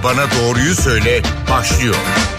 Bana Doğruyu Söyle başlıyor.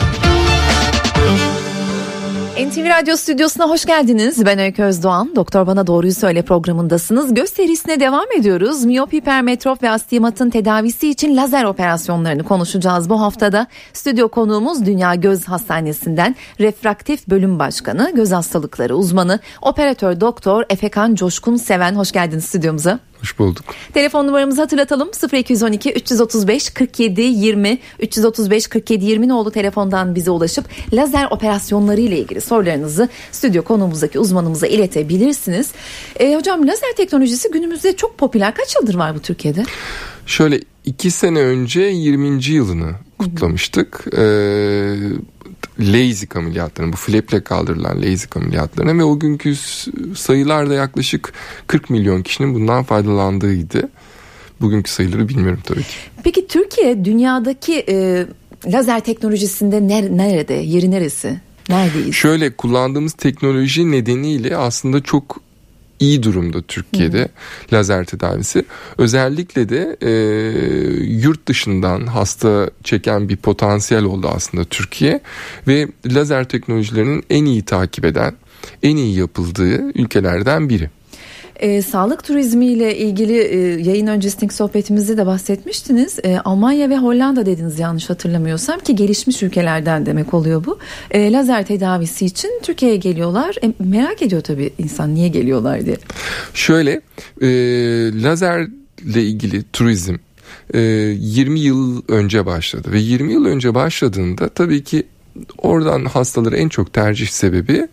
NTV Radyo Stüdyosu'na hoş geldiniz. Ben Öykü Özdoğan. Doktor Bana Doğruyu Söyle programındasınız. Göz serisine devam ediyoruz. Miyop, hipermetrop ve astigmatın tedavisi için lazer operasyonlarını konuşacağız bu haftada. Stüdyo konuğumuz Dünya Göz Hastanesi'nden Refraktif Bölüm Başkanı, göz hastalıkları uzmanı, operatör doktor Efekan Coşkun Seven. Hoş geldiniz stüdyomuza. Hoş bulduk. Telefon numaramızı hatırlatalım. 0212 335 47 20 335 47 20 nolu telefondan bize ulaşıp lazer operasyonları ile ilgili sorularınızı stüdyo konuğumuzdaki uzmanımıza iletebilirsiniz. Hocam, lazer teknolojisi günümüzde çok popüler. Kaç yıldır var bu Türkiye'de? Şöyle 2 sene önce 20. yılını kutlamıştık. LASIK ameliyatlarına, bu fleple kaldırılan LASIK ameliyatlarına ve o günkü sayılar da yaklaşık 40 milyon kişinin bundan faydalandığıydı. Bugünkü sayıları bilmiyorum tabii ki. Peki Türkiye dünyadaki lazer teknolojisinde nerede? Yeri neresi? Neredeyiz? Şöyle, kullandığımız teknoloji nedeniyle aslında çok iyi durumda Türkiye'de lazer tedavisi. Özellikle de yurt dışından hasta çeken bir potansiyel oldu aslında Türkiye ve lazer teknolojilerinin en iyi takip eden, en iyi yapıldığı ülkelerden biri. Sağlık turizmiyle ilgili yayın öncesindeki sohbetimizde de bahsetmiştiniz. Almanya ve Hollanda dediniz yanlış hatırlamıyorsam, ki gelişmiş ülkelerden demek oluyor bu. Lazer tedavisi için Türkiye'ye geliyorlar. Merak ediyor tabii insan, niye geliyorlar diye. Şöyle, lazerle ilgili turizm 20 yıl önce başladı ve 20 yıl önce başladığında tabii ki oradan hastaları en çok tercih sebebi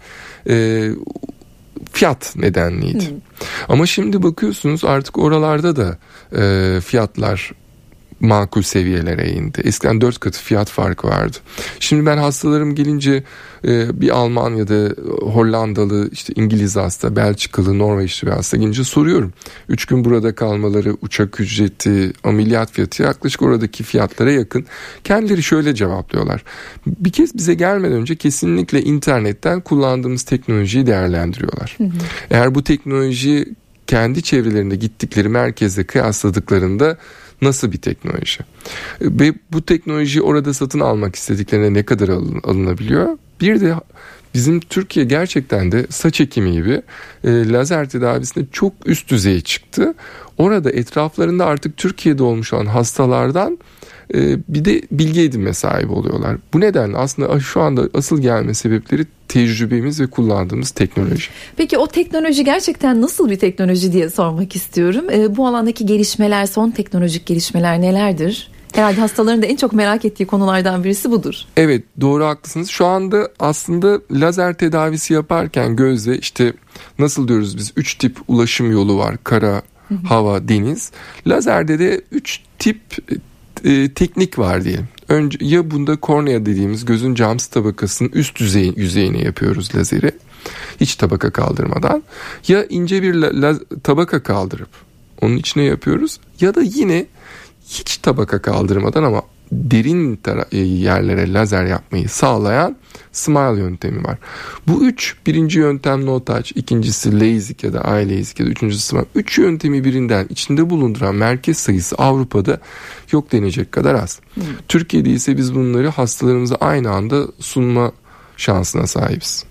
fiyat nedenliydi. Ama şimdi bakıyorsunuz artık oralarda da fiyatlar makul seviyelere indi. Eskiden 4 katı fiyat farkı vardı. Şimdi ben hastalarım gelince bir Almanya'da Hollandalı, işte İngiliz hasta, Belçikalı, Norveçli bir hasta gelince soruyorum. 3 gün burada kalmaları, uçak ücreti, ameliyat fiyatı yaklaşık oradaki fiyatlara yakın. Kendileri şöyle cevaplıyorlar. Bir kez bize gelmeden önce kesinlikle internetten kullandığımız teknolojiyi değerlendiriyorlar. Eğer bu teknoloji kendi çevrelerinde gittikleri merkezle kıyasladıklarında nasıl bir teknoloji ve bu teknolojiyi orada satın almak istediklerine ne kadar alınabiliyor? Bir de bizim Türkiye gerçekten de saç ekimi gibi lazer tedavisinde çok üst düzeye çıktı. Orada etraflarında artık Türkiye'de olmuş olan hastalardan bir de bilgi edinme sahibi oluyorlar. Bu nedenle aslında şu anda asıl gelme sebepleri tecrübemiz ve kullandığımız teknoloji. Peki o teknoloji gerçekten nasıl bir teknoloji diye sormak istiyorum. Bu alandaki gelişmeler, son teknolojik gelişmeler nelerdir? Herhalde hastaların da en çok merak ettiği konulardan birisi budur. Evet, doğru, haklısınız. Şu anda aslında lazer tedavisi yaparken gözle işte nasıl diyoruz biz, 3 tip ulaşım yolu var. Kara, hava, deniz. Lazerde de 3 tip teknik var diyelim. Önce ya bunda kornea dediğimiz gözün camsı tabakasının üst yüzeyine yapıyoruz lazeri, hiç tabaka kaldırmadan, ya ince bir tabaka kaldırıp onun içine yapıyoruz, ya da yine hiç tabaka kaldırmadan ama derin yerlere lazer yapmayı sağlayan SMILE yöntemi var. Bu birinci yöntem no touch, ikincisi LASIK ya da iLASIK ya da üçüncüsü SMILE. 3 yöntemi birinden içinde bulunduran merkez sayısı Avrupa'da yok denecek kadar az. Türkiye'de ise biz bunları hastalarımıza aynı anda sunma şansına sahibiz.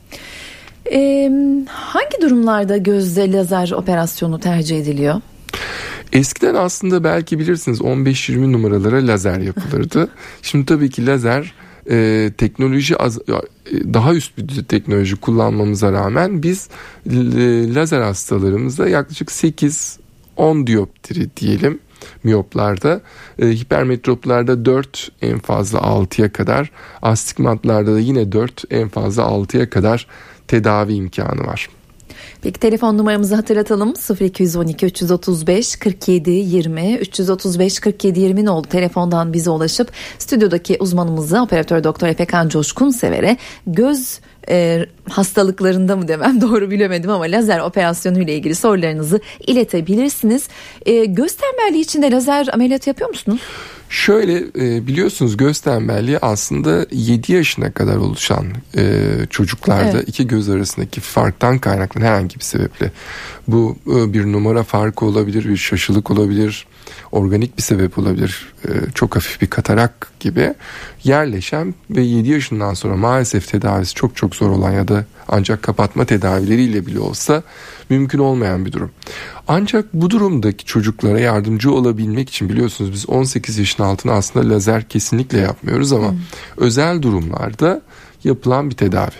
Hangi durumlarda gözde lazer operasyonu tercih ediliyor? Eskiden aslında belki bilirsiniz 15-20 numaralara lazer yapılırdı. Şimdi tabii ki lazer teknoloji daha üst bir teknoloji kullanmamıza rağmen biz lazer hastalarımızda yaklaşık 8-10 dioptri diyelim miyoplarda, hipermetroplarda 4, en fazla 6'ya kadar, astigmatlarda da yine 4, en fazla 6'ya kadar tedavi imkanı var. Peki telefon numaramızı hatırlatalım. 0212 335 47 20 335 47 20 oldu. Telefondan bize ulaşıp stüdyodaki uzmanımızı operatör doktor Efekan Coşkun Sever'e göz hastalıklarında mı demem doğru bilemedim ama lazer operasyonu ile ilgili sorularınızı iletebilirsiniz. Göz tembelliği için de lazer ameliyatı yapıyor musunuz? Şöyle biliyorsunuz göz tembelliği aslında 7 yaşına kadar oluşan çocuklarda iki göz arasındaki farktan kaynaklanan herhangi bir sebeple. Bu bir numara farkı olabilir, bir şaşılık olabilir, organik bir sebep olabilir, çok hafif bir katarak gibi yerleşen ve 7 yaşından sonra maalesef tedavisi çok çok zor olan ya da ancak kapatma tedavileriyle bile olsa mümkün olmayan bir durum. Ancak bu durumdaki çocuklara yardımcı olabilmek için biliyorsunuz biz 18 yaşın altına aslında lazer kesinlikle yapmıyoruz ama özel durumlarda yapılan bir tedavi.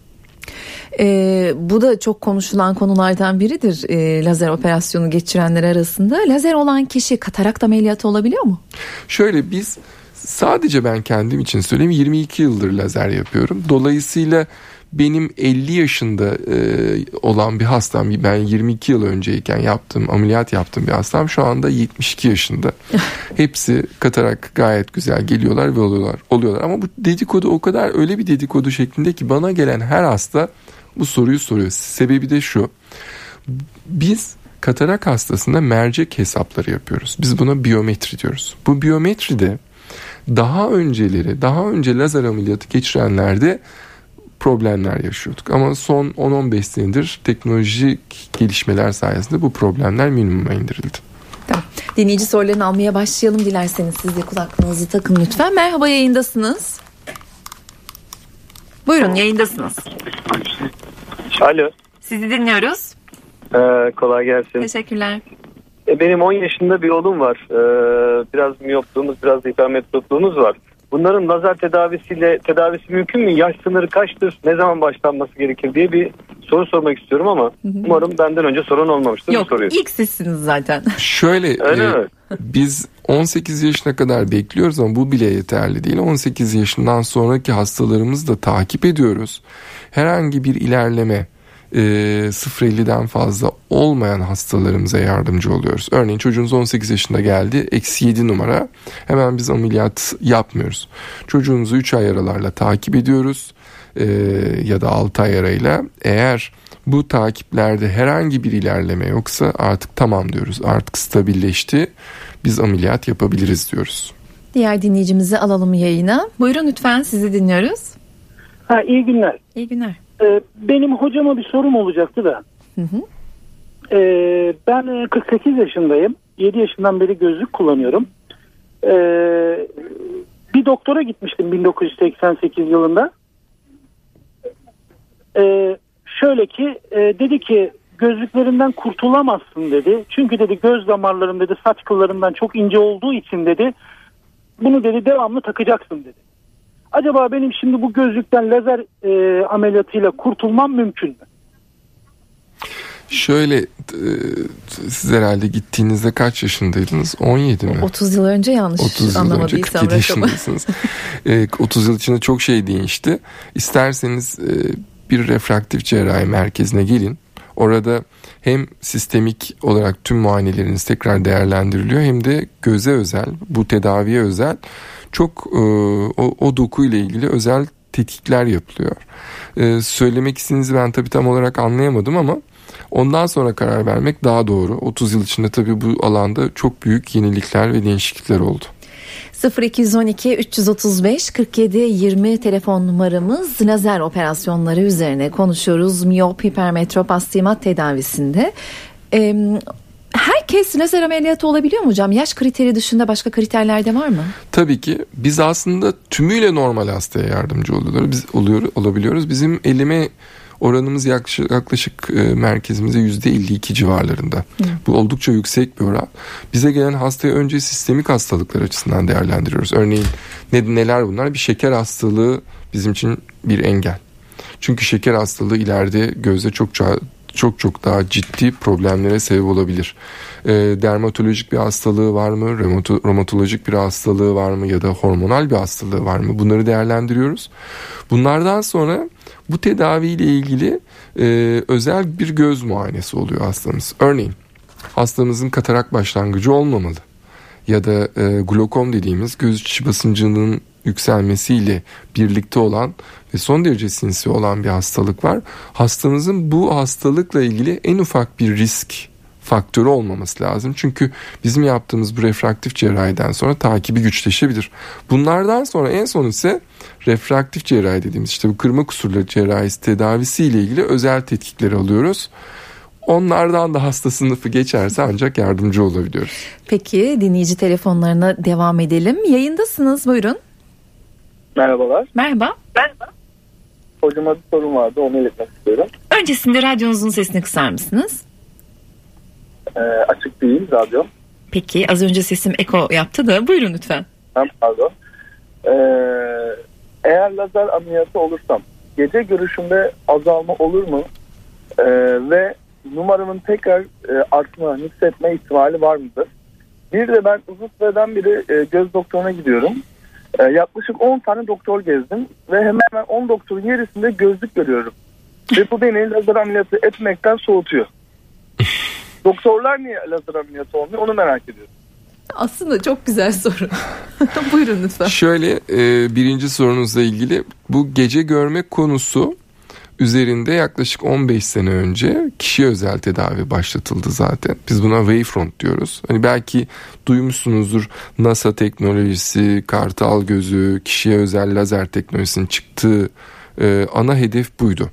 Bu da çok konuşulan konulardan biridir lazer operasyonu geçirenler arasında. Lazer olan kişi katarakt ameliyatı olabiliyor mu? Şöyle biz sadece ben kendim için söyleyeyim 22 yıldır lazer yapıyorum. Dolayısıyla benim 50 yaşında olan bir hastam, ben 22 yıl önceyken ameliyat yaptığım bir hastam şu anda 72 yaşında. Hepsi katarak gayet güzel geliyorlar ve oluyorlar. Ama bu dedikodu o kadar öyle bir dedikodu şeklinde ki bana gelen her hasta bu soruyu soruyor. Sebebi de şu: biz katarak hastasında mercek hesapları yapıyoruz. Biz buna biyometri diyoruz. Bu biyometride daha önce lazer ameliyatı geçirenlerde problemler yaşıyorduk. Ama son 10-15 senedir teknolojik gelişmeler sayesinde bu problemler minimuma indirildi. Tamam. Dinleyici sorularını almaya başlayalım dilerseniz. Siz de kulaklığınızı takın lütfen. Merhaba, yayındasınız. Buyurun, yayındasınız. Alo. Sizi dinliyoruz. Kolay gelsin. Teşekkürler. Benim 10 yaşında bir oğlum var. Biraz miyopluğumuz, biraz da hipermetropluğumuz var. Bunların lazer tedavisi mümkün mü? Yaş sınırı kaçtır? Ne zaman başlanması gerekir diye bir soru sormak istiyorum ama umarım benden önce soran olmamıştır. Yok, ilk sizsiniz zaten. Şöyle biz 18 yaşına kadar bekliyoruz ama bu bile yeterli değil. 18 yaşından sonraki hastalarımızı da takip ediyoruz. Herhangi bir ilerleme 0.50'den fazla olmayan hastalarımıza yardımcı oluyoruz. Örneğin çocuğunuz 18 yaşında geldi, -7 numara, hemen biz ameliyat yapmıyoruz. Çocuğunuzu 3 ay aralarla takip ediyoruz ya da 6 ay arayla. Eğer bu takiplerde herhangi bir ilerleme yoksa artık tamam diyoruz, artık stabilleşti, biz ameliyat yapabiliriz diyoruz. Diğer dinleyicimizi alalım yayına. Buyurun lütfen, sizi dinliyoruz. İyi günler. İyi günler. Benim hocama bir sorum olacaktı da. Ben 48 yaşındayım. 7 yaşından beri gözlük kullanıyorum. Bir doktora gitmiştim 1988 yılında. Şöyle ki dedi ki gözlüklerinden kurtulamazsın dedi. Çünkü dedi göz damarların dedi saç kıllarından çok ince olduğu için dedi bunu dedi devamlı takacaksın dedi. Acaba benim şimdi bu gözlükten lazer ameliyatıyla kurtulmam mümkün mü? Şöyle siz herhalde gittiğinizde kaç yaşındaydınız? 17 mi? 30 yıl önce yanlış 30 yıl önce 47 yaşındasınız. 30 yıl içinde çok şey değişti. İsterseniz bir refraktif cerrahi merkezine gelin. Orada hem sistemik olarak tüm muayeneleriniz tekrar değerlendiriliyor hem de göze özel, bu tedaviye özel çok o doku ile ilgili özel tetkikler yapılıyor. Söylemek istediğinizi ben tabii tam olarak anlayamadım ama ondan sonra karar vermek daha doğru. 30 yıl içinde tabii bu alanda çok büyük yenilikler ve değişiklikler oldu. 0212 335 47 20 telefon numaramız. Lazer operasyonları üzerine konuşuyoruz. Miyop, hipermetrop, astigmat tedavisinde. Herkes lazer ameliyatı olabiliyor mu hocam? Yaş kriteri dışında başka kriterler de var mı? Tabii ki. Biz aslında tümüyle normal hastaya yardımcı olabiliyoruz. Bizim eleme oranımız yaklaşık merkezimize %52 civarlarında. Bu oldukça yüksek bir oran. Bize gelen hastayı önce sistemik hastalıklar açısından değerlendiriyoruz. Örneğin neler bunlar? Bir şeker hastalığı bizim için bir engel. Çünkü şeker hastalığı ileride gözde çok daha ciddi problemlere sebep olabilir. Dermatolojik bir hastalığı var mı? Romatolojik bir hastalığı var mı? Ya da hormonal bir hastalığı var mı? Bunları değerlendiriyoruz. Bunlardan sonra bu tedaviyle ilgili özel bir göz muayenesi oluyor hastamız. Örneğin hastamızın katarak başlangıcı olmamalı. Ya da glokom dediğimiz göz içi basıncının yükselmesiyle birlikte olan ve son derece sinsi olan bir hastalık var. Hastanızın bu hastalıkla ilgili en ufak bir risk faktörü olmaması lazım. Çünkü bizim yaptığımız bu refraktif cerrahiden sonra takibi güçleşebilir. Bunlardan sonra en son ise refraktif cerrahi dediğimiz işte bu kırma kusurları cerrahisi tedavisiyle ilgili özel tetkikleri alıyoruz. Onlardan da hasta sınıfı geçerse ancak yardımcı olabiliyoruz. Peki dinleyici telefonlarına devam edelim. Yayındasınız, buyurun. Merhabalar. Merhaba. Hocama bir sorum vardı, onu iletmek istiyorum. Öncesinde radyonuzun sesini kısar mısınız? Açık değil radyo. Peki, az önce sesim eko yaptı da buyurun lütfen. Pardon. Eğer lazer ameliyatı olursam gece görüşümde azalma olur mu? Ve numaramın tekrar artma, hissetme ihtimali var mıdır? Bir de ben uzun süreden beri göz doktoruna gidiyorum. Yaklaşık 10 tane doktor gezdim ve hemen 10 doktorun yarısında gözlük görüyorum. Ve bu beni lazer ameliyatı etmekten soğutuyor. Doktorlar niye lazer ameliyatı olmuyor, onu merak ediyorum. Aslında çok güzel soru. Buyurun lütfen. Şöyle, birinci sorunuzla ilgili bu gece görme konusu üzerinde yaklaşık 15 sene önce kişiye özel tedavi başlatıldı zaten. Biz buna Wavefront diyoruz. Hani belki duymuşsunuzdur, NASA teknolojisi, kartal gözü, kişiye özel lazer teknolojisinin çıktığı ana hedef buydu.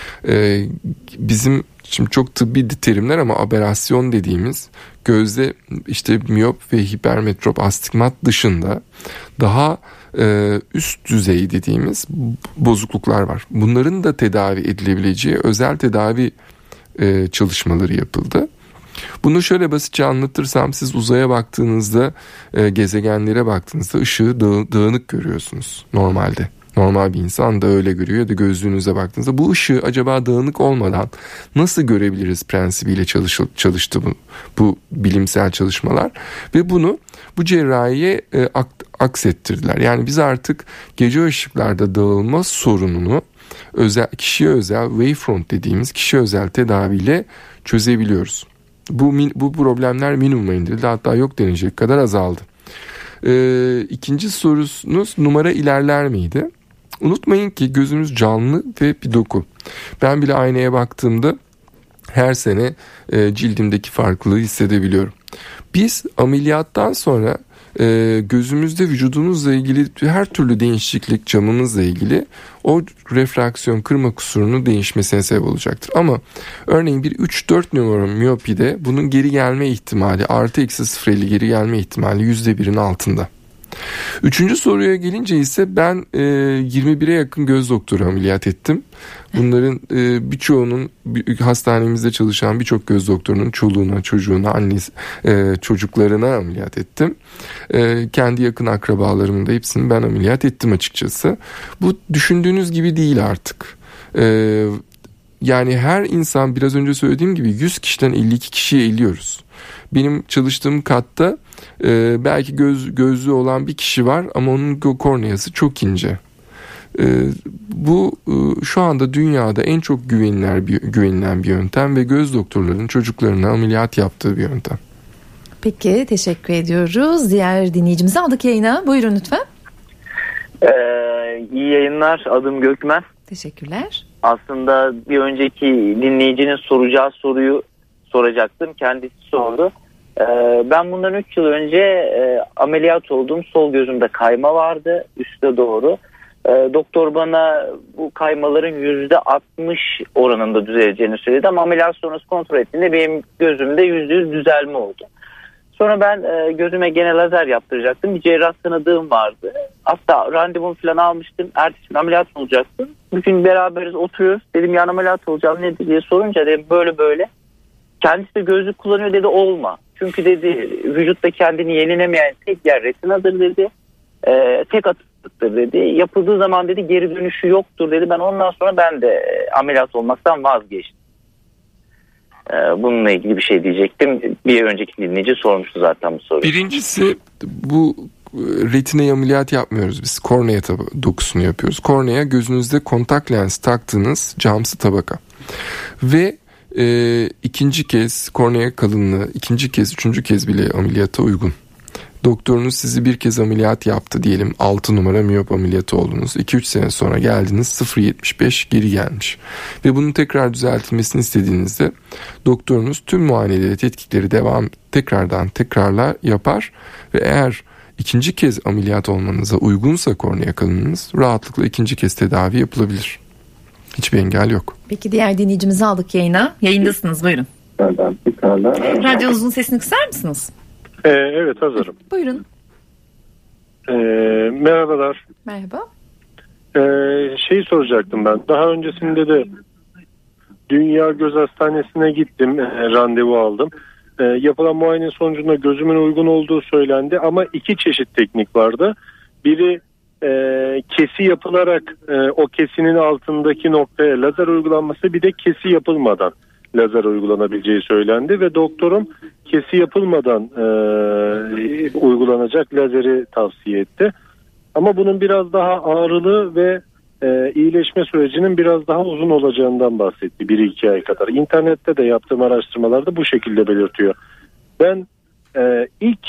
Bizim şimdi çok tıbbi terimler ama aberasyon dediğimiz gözde işte miyop ve hipermetrop astigmat dışında daha üst düzey dediğimiz bozukluklar var. Bunların da tedavi edilebileceği özel tedavi çalışmaları yapıldı. Bunu şöyle basitçe anlatırsam, siz uzaya baktığınızda, gezegenlere baktığınızda ışığı dağınık görüyorsunuz normalde. Normal bir insan da öyle görüyor ya da gözlüğünüze baktığınızda bu ışığı acaba dağınık olmadan nasıl görebiliriz prensibiyle çalıştı bu bilimsel çalışmalar ve bunu bu cerrahiye aksettirdiler. Yani biz artık gece ışıklarda dağılma sorununu kişiye özel Wavefront dediğimiz kişiye özel tedaviyle çözebiliyoruz. Bu problemler minimuma indirildi, hatta yok denecek kadar azaldı. İkinci sorunuz numara ilerler miydi? Unutmayın ki gözümüz canlı ve bir doku. Ben bile aynaya baktığımda her sene cildimdeki farklılığı hissedebiliyorum. Biz ameliyattan sonra gözümüzde vücudumuzla ilgili her türlü değişiklik, camımızla ilgili o refraksiyon kırma kusurunun değişmesine sebep olacaktır. Ama örneğin bir 3-4 numara miyopide bunun geri gelme ihtimali, artı eksi 0.50 geri gelme ihtimali %1'in altında. Üçüncü soruya gelince ise ben 21'e yakın göz doktoru ameliyat ettim. Bunların birçoğunun, hastanemizde çalışan birçok göz doktorunun çoluğuna, çocuğuna, annesi, çocuklarına ameliyat ettim. Kendi yakın akrabalarımın da hepsini ben ameliyat ettim açıkçası. Bu düşündüğünüz gibi değil artık. Yani her insan, biraz önce söylediğim gibi 100 kişiden 52 kişiye eliyoruz. Benim çalıştığım katta belki gözlüğü olan bir kişi var ama onun korneası çok ince. Bu şu anda dünyada en çok güvenilen bir yöntem ve göz doktorlarının çocuklarına ameliyat yaptığı bir yöntem. Peki, teşekkür ediyoruz. Diğer dinleyicimizi aldık yayına. Buyurun lütfen. İyi yayınlar. Adım Gökmen. Teşekkürler. Aslında bir önceki dinleyicinin soracağı soruyu soracaktım. Kendisi sordu. Ben bundan 3 yıl önce ameliyat oldum. Sol gözümde kayma vardı, üste doğru. Doktor bana bu kaymaların %60 oranında düzeleceğini söyledi ama ameliyat sonrası kontrol ettiğinde benim gözümde %100 düzelme oldu. Sonra ben gözüme gene lazer yaptıracaktım. Bir cerrah tanıdığım vardı. Hatta randevumu falan almıştım. Ertesi gün ameliyat olacaktım. Bugün beraberiz, oturuyoruz. Dedim yani ameliyat olacağım nedir diye sorunca dedim böyle. Kendisi de gözlük kullanıyor dedi, olma. Çünkü dedi vücutta kendini yenilemeyen tek yer retinadır dedi. Tek atıktır dedi. Yapıldığı zaman dedi geri dönüşü yoktur dedi. Ben ondan sonra ben de ameliyat olmaktan vazgeçtim. Bununla ilgili bir şey diyecektim. Bir önceki dinleyici sormuştu zaten bu soruyu. Birincisi, bu retinayı ameliyat yapmıyoruz biz. Kornea dokusunu yapıyoruz. Kornea gözünüzde kontak lens taktığınız camsı tabaka. Ve ikinci kez kornea kalınlığı, ikinci kez, üçüncü kez bile ameliyata uygun. Doktorunuz sizi bir kez ameliyat yaptı diyelim, 6 numara miyop ameliyatı oldunuz. 2-3 sene sonra geldiniz 0.75 geri gelmiş. Ve bunun tekrar düzeltilmesini istediğinizde doktorunuz tüm muayeneleri, tetkikleri tekrarlar yapar ve eğer ikinci kez ameliyat olmanıza uygunsa kornea kalınlığınız, rahatlıkla ikinci kez tedavi yapılabilir. Hiçbir engel yok. Peki diğer dinleyicimizi aldık yayına. Yayındasınız, buyurun. Radyonuzun sesini kısar mısınız? Evet, hazırım. Buyurun. Merhabalar. Merhaba. Şeyi soracaktım ben. Daha öncesinde de Dünya Göz Hastanesi'ne gittim. Randevu aldım. Yapılan muayene sonucunda gözümün uygun olduğu söylendi ama 2 çeşit teknik vardı. Biri kesi yapılarak o kesinin altındaki noktaya lazer uygulanması, bir de kesi yapılmadan lazer uygulanabileceği söylendi ve doktorum kesi yapılmadan uygulanacak lazeri tavsiye etti. Ama bunun biraz daha ağrılı ve iyileşme sürecinin biraz daha uzun olacağından bahsetti, 1-2 ay kadar. İnternette de yaptığım araştırmalarda bu şekilde belirtiyor. Ben ilk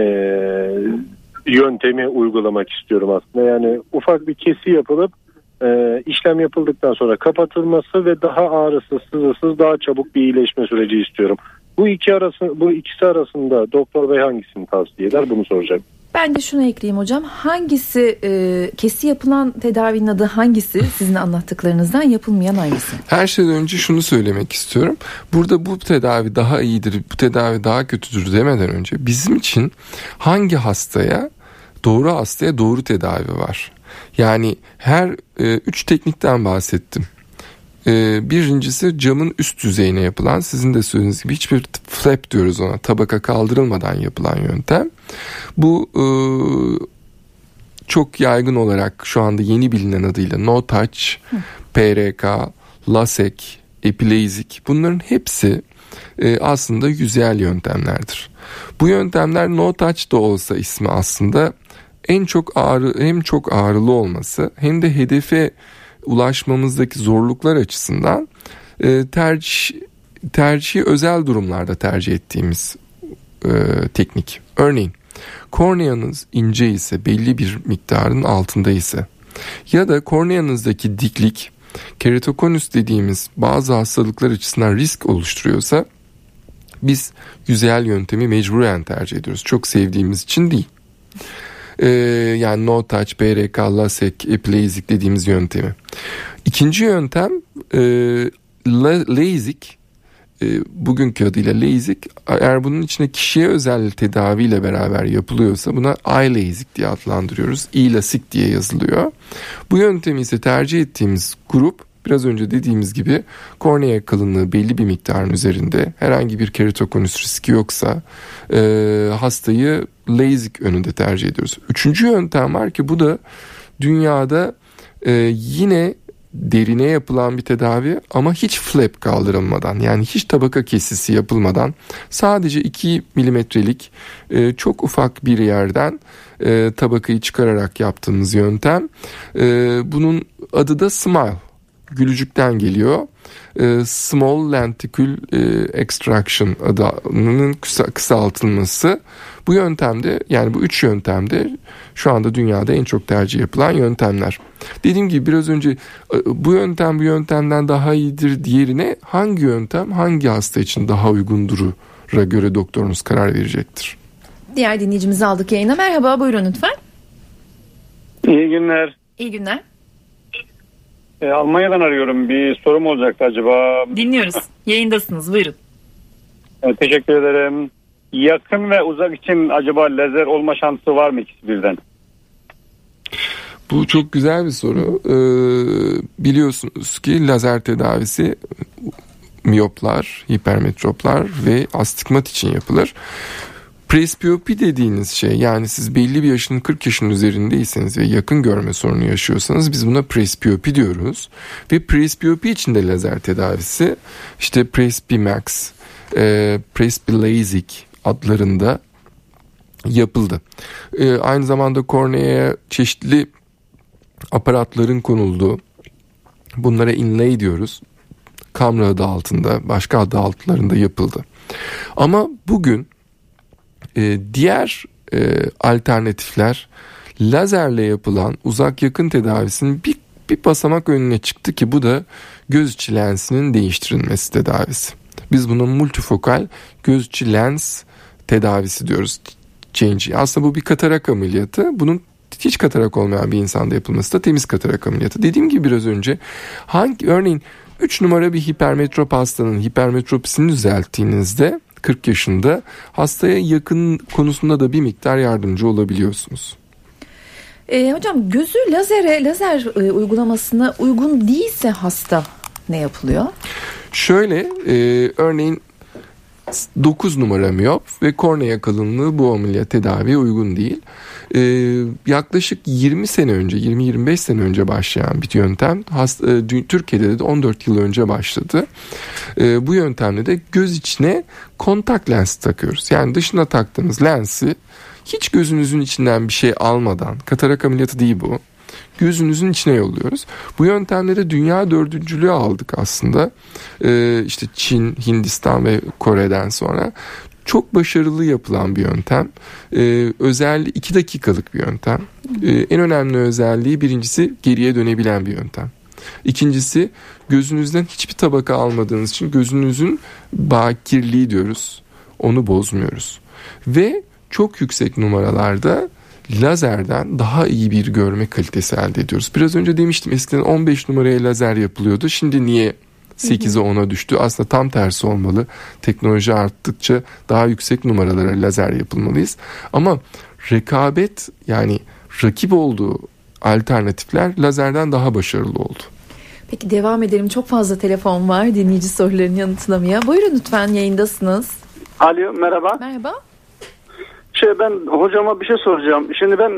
yöntemi uygulamak istiyorum aslında. Yani ufak bir kesi yapılıp işlem yapıldıktan sonra kapatılması ve daha ağrısız, sızısız, daha çabuk bir iyileşme süreci istiyorum. Bu ikisi arasında doktor bey hangisini tavsiye eder, bunu soracağım. Ben de şunu ekleyeyim hocam. Hangisi kesi yapılan tedavinin adı hangisi? Sizin anlattıklarınızdan yapılmayan hangisi? Her şeyden önce şunu söylemek istiyorum. Burada bu tedavi daha iyidir, bu tedavi daha kötüdür demeden önce bizim için hangi hastaya doğru tedavi var? Yani her 3 teknikten bahsettim. Birincisi camın üst yüzeyine yapılan, sizin de söylediğiniz gibi hiçbir flap diyoruz ona, tabaka kaldırılmadan yapılan yöntem. Bu çok yaygın olarak şu anda yeni bilinen adıyla no touch, PRK, LASIK, epilazik, bunların hepsi aslında yüzeyel yöntemlerdir. Bu yöntemler no touch da olsa ismi aslında hem çok ağrılı olması hem de hedefe ulaşmamızdaki zorluklar açısından tercihi özel durumlarda tercih ettiğimiz teknik. Örneğin korneanız ince ise, belli bir miktarın altında ise ya da korneanızdaki diklik keratokonüs dediğimiz bazı hastalıklar açısından risk oluşturuyorsa biz yüzeyel yöntemi mecburen tercih ediyoruz. Çok sevdiğimiz için değil. Yani no touch, PRK, LASIK, epilazik dediğimiz yöntemi. İkinci yöntem LASIK. Bugünkü adıyla LASIK. Eğer bunun içine kişiye özel tedaviyle beraber yapılıyorsa buna iLASIK diye adlandırıyoruz. iLASIK diye yazılıyor. Bu yöntemi ise tercih ettiğimiz grup, biraz önce dediğimiz gibi kornea kalınlığı belli bir miktarın üzerinde, herhangi bir keratokonüs riski yoksa hastayı LASIK önünde tercih ediyoruz. Üçüncü yöntem var ki bu da dünyada yine derine yapılan bir tedavi ama hiç flap kaldırılmadan, yani hiç tabaka kesisi yapılmadan sadece 2 milimetrelik çok ufak bir yerden tabakayı çıkararak yaptığımız yöntem. Bunun adı da SMILE. Gülücükten geliyor. Small Lenticule Extraction adının kısaltılması. Bu yöntemde, yani bu 3 yöntemde şu anda dünyada en çok tercih yapılan yöntemler. Dediğim gibi biraz önce bu yöntemden daha iyidir diğerine hangi yöntem hangi hasta için daha uygundur'a göre doktorunuz karar verecektir. Diğer dinleyicimizi aldık yayına. Merhaba, buyurun lütfen. İyi günler. İyi günler. Almanya'dan arıyorum. Bir sorum olacaktı acaba. Dinliyoruz. Yayındasınız. Buyurun. Teşekkür ederim. Yakın ve uzak için acaba lazer olma şansı var mı ikisi birden? Bu çok güzel bir soru. Biliyorsunuz ki lazer tedavisi miyoplar, hipermetroplar ve astigmat için yapılır. Presbiyopi dediğiniz şey, yani siz belli bir yaşın 40 yaşın üzerindeyseniz ve yakın görme sorunu yaşıyorsanız biz buna presbiyopi diyoruz. Ve presbiyopi için de lazer tedavisi işte Presbymax, Presbylazik adlarında yapıldı. Aynı zamanda korneaya çeşitli aparatların konulduğu, bunlara inlay diyoruz. Kamera adı altında, başka adı altlarında yapıldı. Ama bugün diğer alternatifler lazerle yapılan uzak yakın tedavisinin bir basamak önüne çıktı ki bu da göz içi lensinin değiştirilmesi tedavisi. Biz bunun multifokal göz içi lens tedavisi diyoruz. Aslında bu bir katarak ameliyatı. Bunun hiç katarak olmayan bir insanda yapılması da temiz katarak ameliyatı. Dediğim gibi biraz önce örneğin 3 numara bir hipermetrop hastanın hipermetropisini düzelttiğinizde 40 yaşında hastaya yakın konusunda da bir miktar yardımcı olabiliyorsunuz. Hocam gözü lazer uygulamasına uygun değilse hasta ne yapılıyor? Şöyle örneğin 9 numara miyop ve kornea kalınlığı bu ameliyat tedaviye uygun değil. Yaklaşık 20 sene önce 20-25 sene önce başlayan bir yöntem Türkiye'de de 14 yıl önce başladı. Bu yöntemle de göz içine kontak lens takıyoruz. Yani dışına taktığımız lensi hiç gözünüzün içinden bir şey almadan, katarak ameliyatı değil bu, gözünüzün içine yolluyoruz. Bu yöntemle de dünya dördüncülüğü aldık aslında. İşte Çin, Hindistan ve Kore'den sonra. Çok başarılı yapılan bir yöntem. Özelliği 2 dakikalık bir yöntem. En önemli özelliği birincisi geriye dönebilen bir yöntem. İkincisi gözünüzden hiçbir tabaka almadığınız için gözünüzün bakirliği diyoruz. Onu bozmuyoruz. Ve çok yüksek numaralarda lazerden daha iyi bir görme kalitesi elde ediyoruz. Biraz önce demiştim eskiden 15 numaraya lazer yapılıyordu. Şimdi niye 8'e 10'a düştü? Aslında tam tersi olmalı. Teknoloji arttıkça daha yüksek numaralara lazer yapılmalıyız. Ama rekabet yani rakip olduğu alternatifler lazerden daha başarılı oldu. Peki devam edelim. Çok fazla telefon var dinleyici sorularını yanıtlamaya. Buyurun lütfen yayındasınız. Alo merhaba. Merhaba. Ben hocama bir şey soracağım. Şimdi ben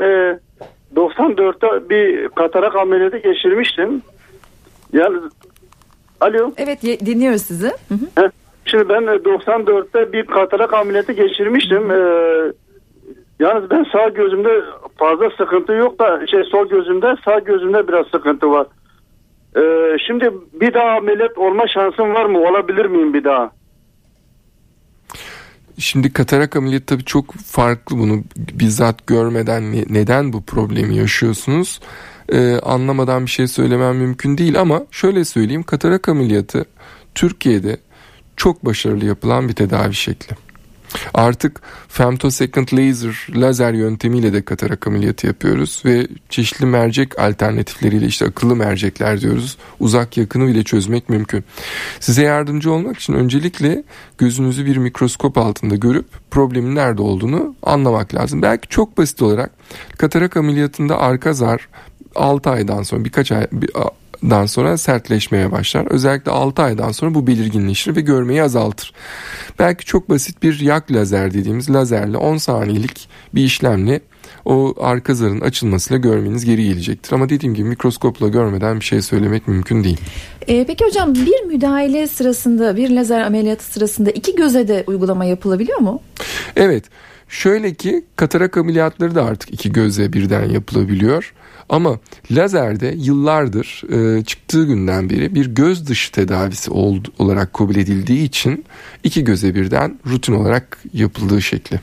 94'te bir katarak ameliyatı geçirmiştim. Yani alo. Evet dinliyoruz sizi. Hı. Şimdi ben 94'te bir katarak ameliyatı geçirmiştim. Yalnız ben sağ gözümde fazla sıkıntı yok da sağ gözümde biraz sıkıntı var. Şimdi bir daha ameliyat olma şansım var mı? Olabilir miyim bir daha? Şimdi katarak ameliyatı tabii çok farklı, bunu bizzat görmeden neden bu problemi yaşıyorsunuz anlamadan bir şey söylemem mümkün değil ama şöyle söyleyeyim, katarak ameliyatı Türkiye'de çok başarılı yapılan bir tedavi şekli. Artık femtosecond lazer yöntemiyle de katarak ameliyatı yapıyoruz ve çeşitli mercek alternatifleriyle, işte akıllı mercekler diyoruz, uzak yakını bile çözmek mümkün. Size yardımcı olmak için öncelikle gözünüzü bir mikroskop altında görüp problemin nerede olduğunu anlamak lazım. Belki çok basit olarak katarak ameliyatında arka zar 6 aydan sonra dan sonra sertleşmeye başlar. Özellikle 6 aydan sonra bu belirginleşir ve görmeyi azaltır. Belki çok basit bir yak lazer dediğimiz lazerle 10 saniyelik bir işlemle o arka zarın açılmasıyla görmeniz geri gelecektir. Ama dediğim gibi mikroskopla görmeden bir şey söylemek mümkün değil. Peki hocam, bir müdahale sırasında, bir lazer ameliyatı sırasında 2 göze de uygulama yapılabiliyor mu? Evet. Şöyle ki katarak ameliyatları da artık 2 göze birden yapılabiliyor. Ama lazerde yıllardır çıktığı günden beri bir göz dışı tedavisi olarak kabul edildiği için 2 göze birden rutin olarak yapıldığı şekli.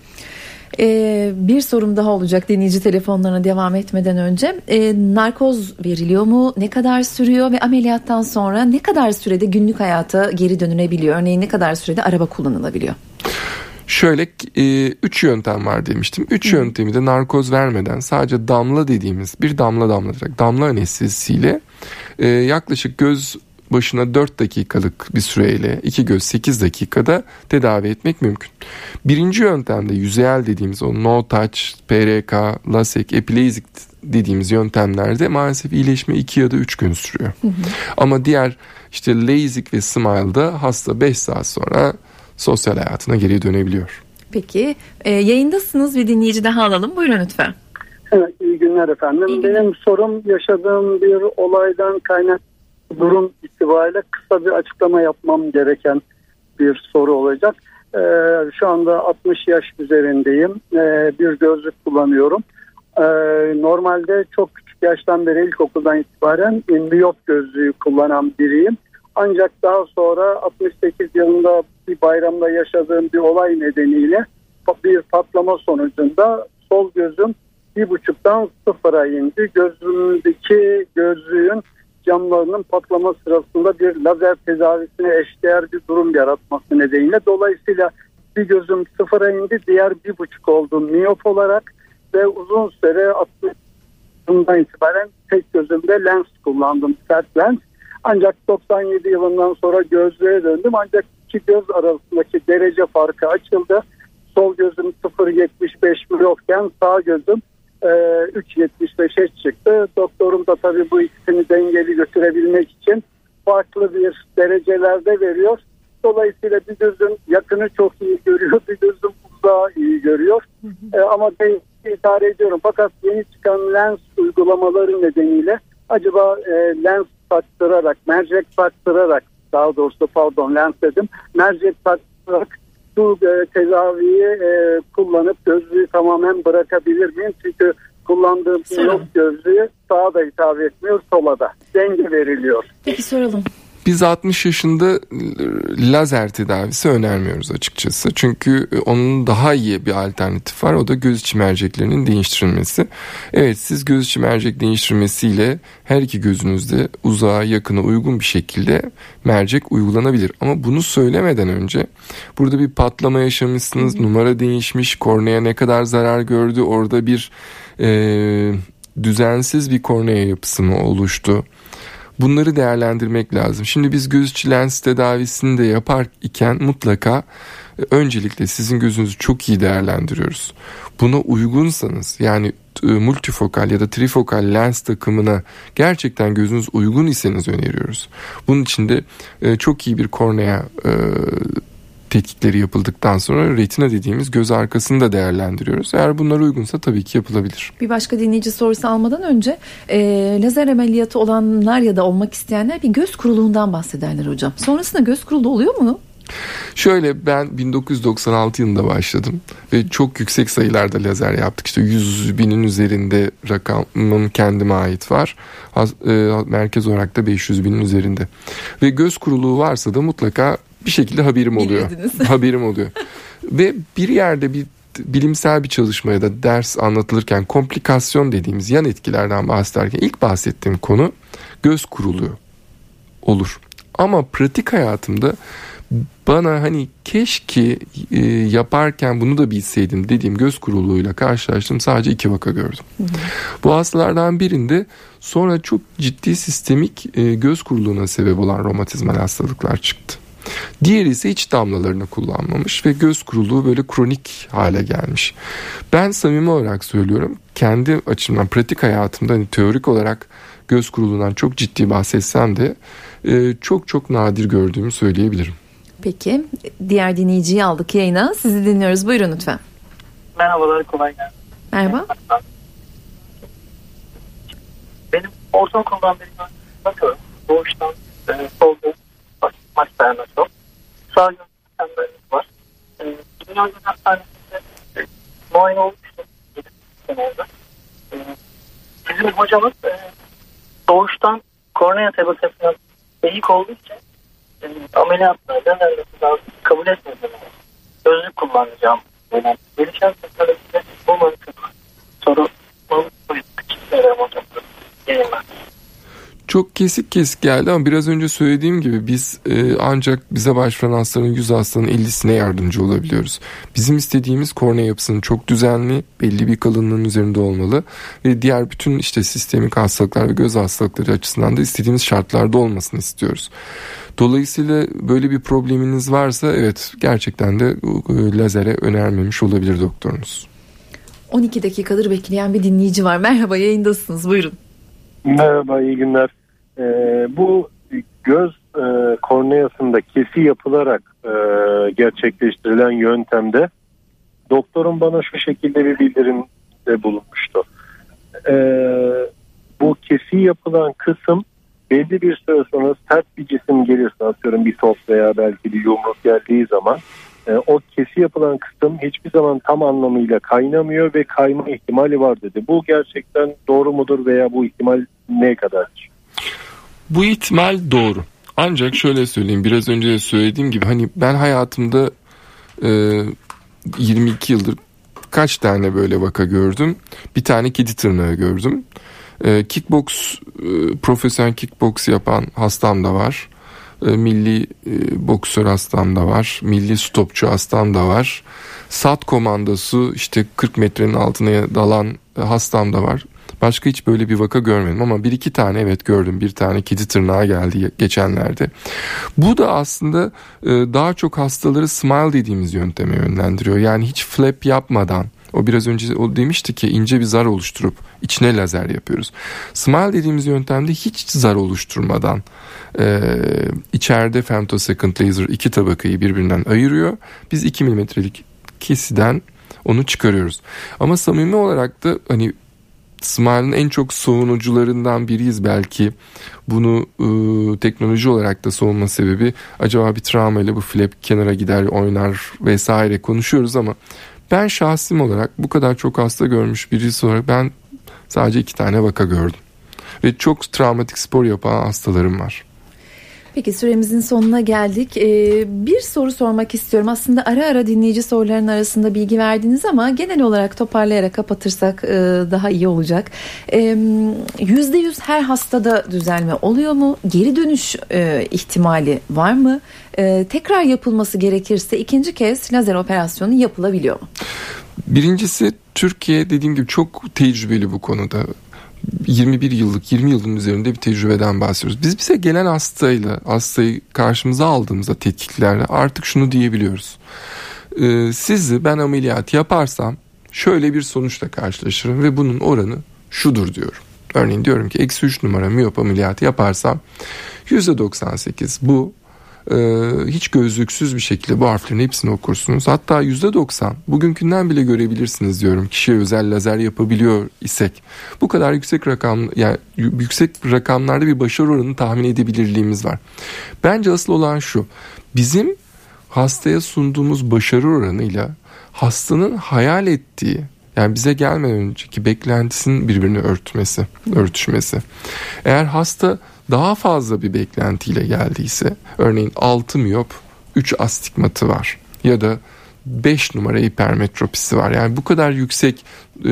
Bir sorum daha olacak dinleyici telefonlarına devam etmeden önce. Narkoz veriliyor mu? Ne kadar sürüyor ve ameliyattan sonra ne kadar sürede günlük hayata geri dönülebiliyor? Örneğin ne kadar sürede araba kullanılabiliyor? Şöyle 3 yöntem var demiştim. 3 yöntemi de narkoz vermeden sadece damla dediğimiz bir damlatarak damla anestezisiyle yaklaşık göz başına 4 dakikalık bir süreyle 2 göz 8 dakikada tedavi etmek mümkün. Birinci yöntemde yüzeyel dediğimiz o no touch, PRK, LASIK, epilazik dediğimiz yöntemlerde maalesef iyileşme 2 ya da 3 gün sürüyor. Ama diğer işte LASIK ve SMILE'da hasta 5 saat sonra sosyal hayatına geri dönebiliyor. Peki yayındasınız, bir dinleyici daha alalım. Buyurun lütfen. Evet, iyi günler efendim. İyi günler. Benim sorum yaşadığım bir olaydan kaynak durum itibariyle kısa bir açıklama yapmam gereken bir soru olacak. Şu anda 60 yaş üzerindeyim. Bir gözlük kullanıyorum. Normalde çok küçük yaştan beri, ilkokuldan itibaren miyop gözlüğü kullanan biriyim. Ancak daha sonra 68 yılında bir bayramda yaşadığım bir olay nedeniyle bir patlama sonucunda sol gözüm 1,5'tan 0'a indi. Gözümdeki gözlüğün camlarının patlama sırasında bir lazer tedavisine eşdeğer bir durum yaratması nedeniyle. Dolayısıyla bir gözüm 0'a indi, diğer 1,5 oldu miyop olarak ve uzun süre 60'dan itibaren tek gözümde lens kullandım, sert lens. Ancak 97 yılından sonra gözlüğe döndüm. Ancak iki göz arasındaki derece farkı açıldı. Sol gözüm 0,75 miyopken sağ gözüm 3,75'e çıktı. Doktorum da tabii bu ikisini dengeli götürebilmek için farklı bir derecelerde veriyor. Dolayısıyla bir gözüm yakını çok iyi görüyor, bir gözüm uzağı iyi görüyor. Ama ben idare ediyorum. Fakat yeni çıkan lens uygulamaları nedeniyle acaba lens taktırarak, mercek taktırarak, daha doğrusu lens dedim, mercek taktırarak bu tedaviyi kullanıp gözlüğü tamamen bırakabilir miyim? Çünkü kullandığım miyop gözlüğü sağa da hitap etmiyor, sola da. Denge veriliyor. Peki soralım. Biz 60 yaşında lazer tedavisi önermiyoruz açıkçası. Çünkü onun daha iyi bir alternatif var. O da göz içi merceklerinin değiştirilmesi. Evet, siz göz içi mercek değiştirmesiyle her iki gözünüzde uzağa yakına uygun bir şekilde mercek uygulanabilir. Ama bunu söylemeden önce burada bir patlama yaşamışsınız. Numara değişmiş. Kornea ne kadar zarar gördü. Orada bir düzensiz bir kornea yapısı mı oluştu? Bunları değerlendirmek lazım. Şimdi biz göz içi lens tedavisini de yapar iken mutlaka öncelikle sizin gözünüzü çok iyi değerlendiriyoruz. Buna uygunsanız, yani multifokal ya da trifokal lens takımına gerçekten gözünüz uygun iseniz öneriyoruz. Bunun için de çok iyi bir kornea tetkikleri yapıldıktan sonra retina dediğimiz göz arkasını da değerlendiriyoruz. Eğer bunlar uygunsa tabii ki yapılabilir. Bir başka dinleyici sorusu almadan önce lazer ameliyatı olanlar ya da olmak isteyenler bir göz kuruluğundan bahsederler hocam. Sonrasında göz kuruluğu oluyor mu? Şöyle, ben 1996 yılında başladım ve çok yüksek sayılarda lazer yaptık. İşte 100.000'in üzerinde rakamım kendime ait var. Merkez olarak da 500.000'in üzerinde. Ve göz kuruluğu varsa da mutlaka bir şekilde haberim oluyor. Haberim oluyor. Ve bir yerde bir bilimsel bir çalışmaya da ders anlatılırken komplikasyon dediğimiz yan etkilerden bahsederken ilk bahsettiğim konu göz kuruluğu olur. Ama pratik hayatımda bana hani keşke yaparken bunu da bilseydim dediğim göz kuruluğuyla karşılaştım, sadece 2 vaka gördüm. Bu hastalardan birinde sonra çok ciddi sistemik göz kuruluğuna sebep olan romatizmal hastalıklar çıktı. Diğeri ise hiç damlalarını kullanmamış ve göz kuruluğu böyle kronik hale gelmiş. Ben samimi olarak söylüyorum, kendi açımdan pratik hayatımda hani teorik olarak göz kuruluğundan çok ciddi bahsetsem de çok çok nadir gördüğümü söyleyebilirim. Peki, diğer dinleyiciyi aldık yayına. Sizi dinliyoruz. Buyurun lütfen. Merhabalar, kolay gelsin. Merhaba. Benim ortaokuldan beri bakıyorum. Doğuştan solda maç dayanıklı. Sağ gözüm tembellik var. Dünya Göz Hastanesi'nde muayene olmuştum. 7 sene oldu. Bizim hocamız doğuştan kornea tabakasına eğik olduğu için ameliyatla lazerle tedavi kabul etmedi. Gözlük kullanacağım. Gelişen teknolojide bu mantık. Sonra bunu hocam. Çok kesik geldi ama biraz önce söylediğim gibi biz ancak bize başvuran hastaların 100 hastanın 50'sine yardımcı olabiliyoruz. Bizim istediğimiz kornea yapısının çok düzenli, belli bir kalınlığın üzerinde olmalı ve diğer bütün işte sistemik hastalıklar ve göz hastalıkları açısından da istediğimiz şartlarda olmasını istiyoruz. Dolayısıyla böyle bir probleminiz varsa evet, gerçekten de lazere önermemiş olabilir doktorunuz. 12 dakikadır bekleyen bir dinleyici var. Merhaba, yayındasınız. Buyurun. Merhaba, iyi günler. Bu göz korneasında kesi yapılarak gerçekleştirilen yöntemde doktorum bana şu şekilde bir bildirimde bulunmuştu. Bu kesi yapılan kısım belli bir süre sonra sert bir cisim gelirse, atıyorum bir top veya belki bir yumruk geldiği zaman o kesi yapılan kısım hiçbir zaman tam anlamıyla kaynamıyor ve kayma ihtimali var dedi. Bu gerçekten doğru mudur veya bu ihtimal ne kadardır? Bu ihtimal doğru. Ancak şöyle söyleyeyim, biraz önce de söylediğim gibi hani ben hayatımda 22 yıldır kaç tane böyle vaka gördüm. Bir tane kedi tırnağı gördüm. Profesyonel kickbox yapan hastam da var. Milli boksör hastam da var. Milli stopçu hastam da var. Sat komandosu işte 40 metrenin altına dalan hastam da var. Başka hiç böyle bir vaka görmedim ama bir iki tane evet gördüm. Bir tane kedi tırnağı geldi geçenlerde. Bu da aslında daha çok hastaları smile dediğimiz yönteme yönlendiriyor. Yani hiç flap yapmadan, o biraz önce o demişti ki ince bir zar oluşturup içine lazer yapıyoruz. Smile dediğimiz yöntemde hiç zar oluşturmadan içeride femtosecond laser 2 tabakayı birbirinden ayırıyor. Biz 2 milimetrelik kesiden onu çıkarıyoruz. Ama samimi olarak da hani Smile'ın en çok savunucularından biriyiz belki. Bunu teknoloji olarak da savunma sebebi acaba bir travmayla bu flap kenara gider oynar vesaire konuşuyoruz ama ben şahsim olarak bu kadar çok hasta görmüş birisi olarak ben sadece 2 tane vaka gördüm. Ve çok travmatik spor yapan hastalarım var. Peki süremizin sonuna geldik. Bir soru sormak istiyorum. Aslında ara ara dinleyici sorularının arasında bilgi verdiniz ama genel olarak toparlayarak kapatırsak daha iyi olacak. %100 her hastada düzelme oluyor mu? Geri dönüş ihtimali var mı? Tekrar yapılması gerekirse ikinci kez lazer operasyonu yapılabiliyor mu? Birincisi Türkiye dediğim gibi çok tecrübeli bu konuda. 21 yıllık 20 yılın üzerinde bir tecrübeden bahsediyoruz. Biz bize gelen hastayı karşımıza aldığımızda tetkiklerde artık şunu diyebiliyoruz. Sizi ben ameliyat yaparsam şöyle bir sonuçla karşılaşırım ve bunun oranı şudur diyorum. Örneğin diyorum ki -3 numara miyop ameliyatı yaparsam %98 bu. Hiç gözlüksüz bir şekilde bu harflerin hepsini okursunuz. Hatta %90 bugünkünden bile görebilirsiniz diyorum. Kişiye özel lazer yapabiliyor isek. Bu kadar yüksek rakamlarda bir başarı oranını tahmin edebilirliğimiz var. Bence asıl olan şu. Bizim hastaya sunduğumuz başarı oranıyla hastanın hayal ettiği, yani bize gelmeden önceki beklentisinin birbirini örtüşmesi. Eğer hasta daha fazla bir beklentiyle geldiyse, örneğin 6 miyop 3 astigmatı var ya da 5 numara hipermetropisi var. Yani bu kadar yüksek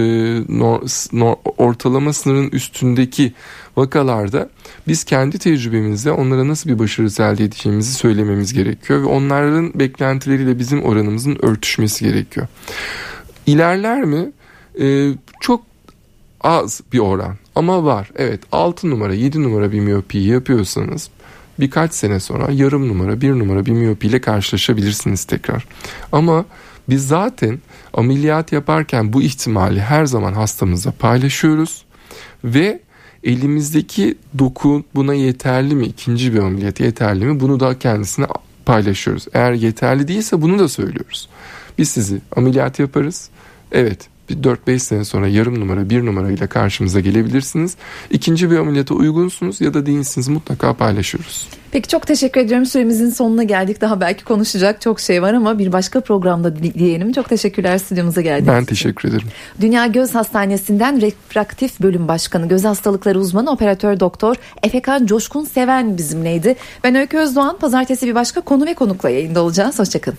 ortalama sınırın üstündeki vakalarda biz kendi tecrübemizle onlara nasıl bir başarı elde edeceğimizi söylememiz gerekiyor ve onların beklentileriyle bizim oranımızın örtüşmesi gerekiyor. İlerler mi? Çok az bir oran ama var. Evet, 6 numara 7 numara bir miyopiyi yapıyorsanız birkaç sene sonra yarım numara 1 numara bir miyopiyle karşılaşabilirsiniz tekrar. Ama biz zaten ameliyat yaparken bu ihtimali her zaman hastamızla paylaşıyoruz ve elimizdeki doku buna yeterli mi, ikinci bir ameliyat yeterli mi, bunu da kendisine paylaşıyoruz. Eğer yeterli değilse bunu da söylüyoruz. Biz sizi ameliyat yaparız. Evet, bir 4-5 sene sonra yarım numara 1 numarayla karşımıza gelebilirsiniz. İkinci bir ameliyata uygunsunuz ya da değilsiniz, mutlaka paylaşıyoruz. Peki çok teşekkür ediyorum. Süremizin sonuna geldik. Daha belki konuşacak çok şey var ama bir başka programda diyelim. Çok teşekkürler stüdyomuza geldiğiniz için. Ben teşekkür ederim. Dünya Göz Hastanesi'nden refraktif bölüm başkanı, göz hastalıkları uzmanı operatör doktor Efekan Coşkun Seven bizimleydi. Ben Öykü Özdoğan. Pazartesi bir başka konu ve konukla yayında olacağız. Hoşçakalın.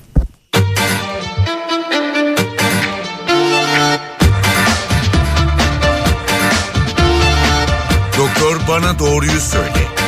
Doktor bana doğruyu söyle.